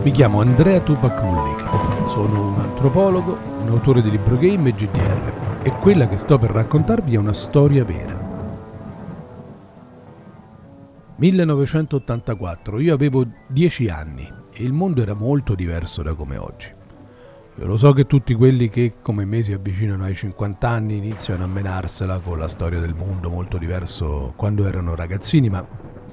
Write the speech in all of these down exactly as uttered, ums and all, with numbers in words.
Mi chiamo Andrea Tupac Mollica, sono un antropologo, un autore di libro game e G D R e quella che sto per raccontarvi è una storia vera. millenovecentottantaquattro, io avevo dieci anni e il mondo era molto diverso da come oggi. Io lo so che tutti quelli che come me si avvicinano ai cinquanta anni iniziano a menarsela con la storia del mondo molto diverso quando erano ragazzini, ma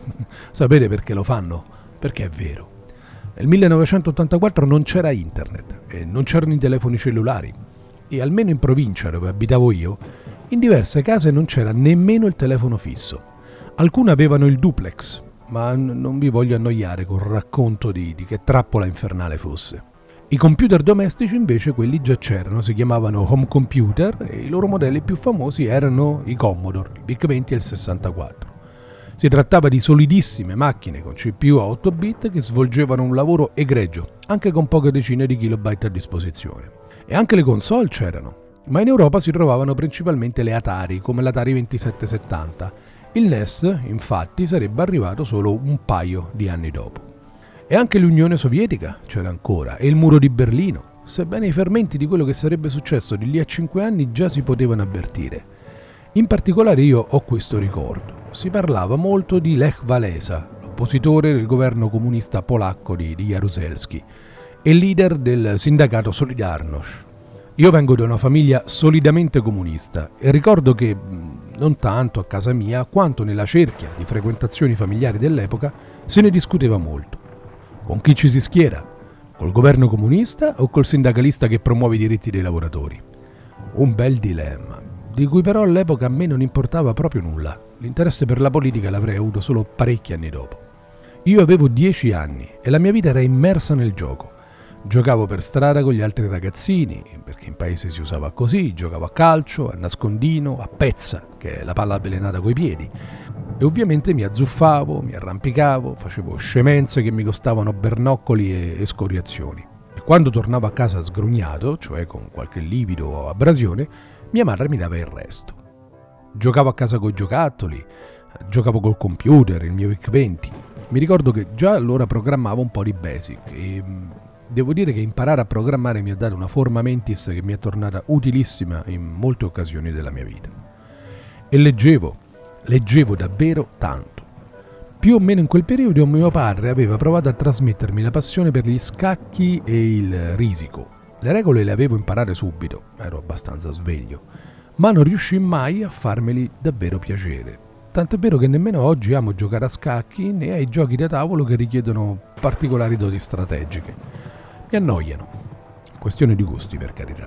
sapete perché lo fanno? Perché è vero. Nel millenovecentottantaquattro non c'era internet e non c'erano i telefoni cellulari e almeno in provincia dove abitavo io, in diverse case non c'era nemmeno il telefono fisso. Alcune avevano il duplex, ma n- non vi voglio annoiare col racconto di, di che trappola infernale fosse. I computer domestici invece quelli già c'erano, si chiamavano home computer e i loro modelli più famosi erano i Commodore, il VIC venti e il sessantaquattro. Si trattava di solidissime macchine con C P U a otto bit che svolgevano un lavoro egregio, anche con poche decine di kilobyte a disposizione. E anche le console c'erano, ma in Europa si trovavano principalmente le Atari, come l'Atari ventisette settanta. Il N E S, infatti, sarebbe arrivato solo un paio di anni dopo. E anche l'Unione Sovietica c'era ancora, e il muro di Berlino, sebbene i fermenti di quello che sarebbe successo di lì a cinque anni già si potevano avvertire. In particolare io ho questo ricordo. Si parlava molto di Lech Walesa, l'oppositore del governo comunista polacco di, di Jaruzelski e leader del sindacato Solidarność. Io vengo da una famiglia solidamente comunista e ricordo che non tanto a casa mia quanto nella cerchia di frequentazioni familiari dell'epoca se ne discuteva molto. Con chi ci si schiera? Col governo comunista o col sindacalista che promuove i diritti dei lavoratori? Un bel dilemma, di cui però all'epoca a me non importava proprio nulla. L'interesse per la politica l'avrei avuto solo parecchi anni dopo. Io avevo dieci anni e la mia vita era immersa nel gioco. Giocavo per strada con gli altri ragazzini, perché in paese si usava così, giocavo a calcio, a nascondino, a pezza, che è la palla avvelenata coi piedi. E ovviamente mi azzuffavo, mi arrampicavo, facevo scemenze che mi costavano bernoccoli e escoriazioni. E quando tornavo a casa sgrugnato, cioè con qualche livido o abrasione, mia madre mi dava il resto. Giocavo a casa coi giocattoli, giocavo col computer, il mio VIC venti. Mi ricordo che già allora programmavo un po' di Basic e devo dire che imparare a programmare mi ha dato una forma mentis che mi è tornata utilissima in molte occasioni della mia vita. E leggevo, leggevo davvero tanto. Più o meno in quel periodo mio padre aveva provato a trasmettermi la passione per gli scacchi e il risico. Le regole le avevo imparate subito, ero abbastanza sveglio, ma non riuscii mai a farmeli davvero piacere. Tant'è vero che nemmeno oggi amo giocare a scacchi né ai giochi da tavolo che richiedono particolari doti strategiche. Mi annoiano. Questione di gusti, per carità.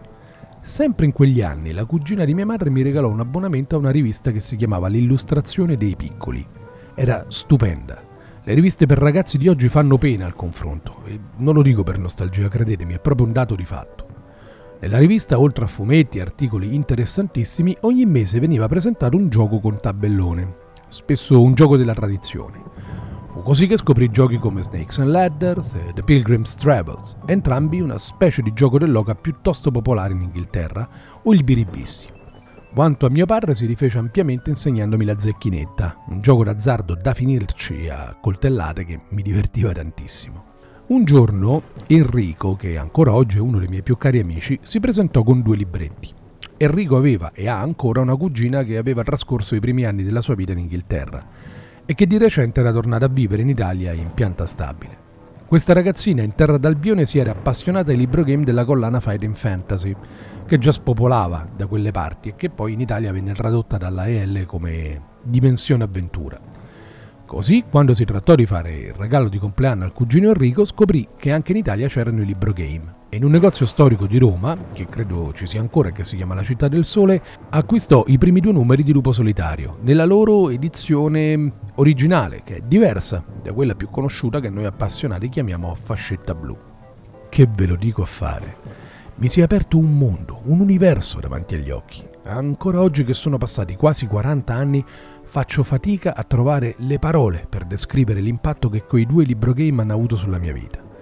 Sempre in quegli anni la cugina di mia madre mi regalò un abbonamento a una rivista che si chiamava L'Illustrazione dei Piccoli. Era stupenda. Le riviste per ragazzi di oggi fanno pena al confronto e non lo dico per nostalgia, credetemi, è proprio un dato di fatto. Nella rivista, oltre a fumetti e articoli interessantissimi, ogni mese veniva presentato un gioco con tabellone, spesso un gioco della tradizione. Fu così che scoprì giochi come Snakes and Ladders e The Pilgrim's Travels, entrambi una specie di gioco dell'oca piuttosto popolare in Inghilterra, o il Biribissi. Quanto a mio padre si rifece ampiamente insegnandomi la zecchinetta, un gioco d'azzardo da finirci a coltellate che mi divertiva tantissimo. Un giorno Enrico, che ancora oggi è uno dei miei più cari amici, si presentò con due libretti. Enrico aveva e ha ancora una cugina che aveva trascorso i primi anni della sua vita in Inghilterra e che di recente era tornata a vivere in Italia in pianta stabile. Questa ragazzina in terra d'Albione si era appassionata ai libro game della collana Fighting Fantasy, che già spopolava da quelle parti e che poi in Italia venne tradotta dalla E L come Dimensione Avventura. Così, quando si trattò di fare il regalo di compleanno al cugino Enrico, scoprì che anche in Italia c'erano i libro game. E in un negozio storico di Roma, che credo ci sia ancora e che si chiama La Città del Sole, acquistò i primi due numeri di Lupo Solitario, nella loro edizione originale, che è diversa da quella più conosciuta che noi appassionati chiamiamo fascetta blu. Che ve lo dico a fare? Mi si è aperto un mondo, un universo davanti agli occhi. Ancora oggi che sono passati quasi quaranta anni, faccio fatica a trovare le parole per descrivere l'impatto che quei due libro game hanno avuto sulla mia vita.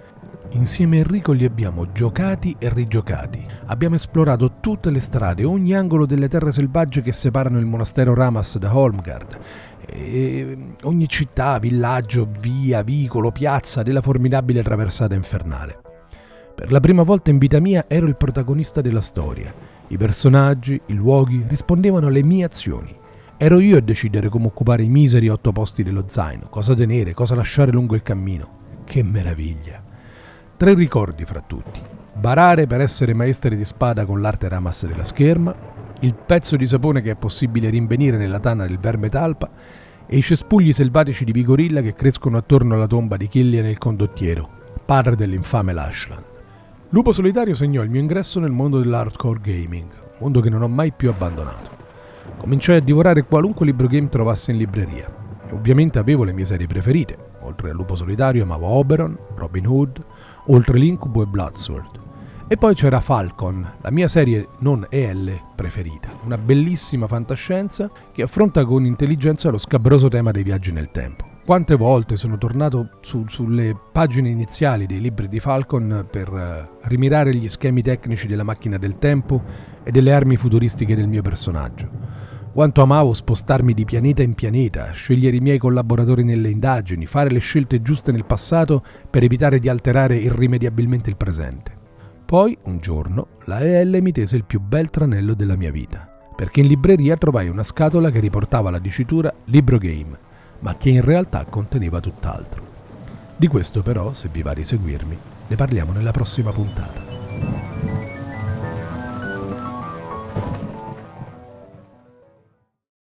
Insieme a Enrico li abbiamo giocati e rigiocati. Abbiamo esplorato tutte le strade, ogni angolo delle terre selvagge che separano il monastero Ramas da Holmgard, e ogni città, villaggio, via, vicolo, piazza della formidabile traversata infernale. Per la prima volta in vita mia ero il protagonista della storia. I personaggi, i luoghi rispondevano alle mie azioni. Ero io a decidere come occupare i miseri otto posti dello zaino, cosa tenere, cosa lasciare lungo il cammino. Che meraviglia! Tre ricordi fra tutti: barare per essere maestri di spada con l'arte Ramas della scherma, il pezzo di sapone che è possibile rinvenire nella tana del verme talpa e i cespugli selvatici di Vigorilla che crescono attorno alla tomba di Killian il condottiero, padre dell'infame Lashland. Lupo Solitario segnò il mio ingresso nel mondo dell'hardcore gaming, mondo che non ho mai più abbandonato. Cominciai a divorare qualunque libro game trovassi in libreria. E ovviamente avevo le mie serie preferite. Oltre a Lupo Solitario amavo Oberon, Robin Hood, oltre l'Incubo e Bloodsword. E poi c'era Falcon, la mia serie non E L preferita, una bellissima fantascienza che affronta con intelligenza lo scabroso tema dei viaggi nel tempo. Quante volte sono tornato su, sulle pagine iniziali dei libri di Falcon per uh, rimirare gli schemi tecnici della macchina del tempo e delle armi futuristiche del mio personaggio. Quanto amavo spostarmi di pianeta in pianeta, scegliere i miei collaboratori nelle indagini, fare le scelte giuste nel passato per evitare di alterare irrimediabilmente il presente. Poi, un giorno, la E L mi tese il più bel tranello della mia vita, perché in libreria trovai una scatola che riportava la dicitura Libro Game, ma che in realtà conteneva tutt'altro. Di questo però, se vi va di seguirmi, ne parliamo nella prossima puntata.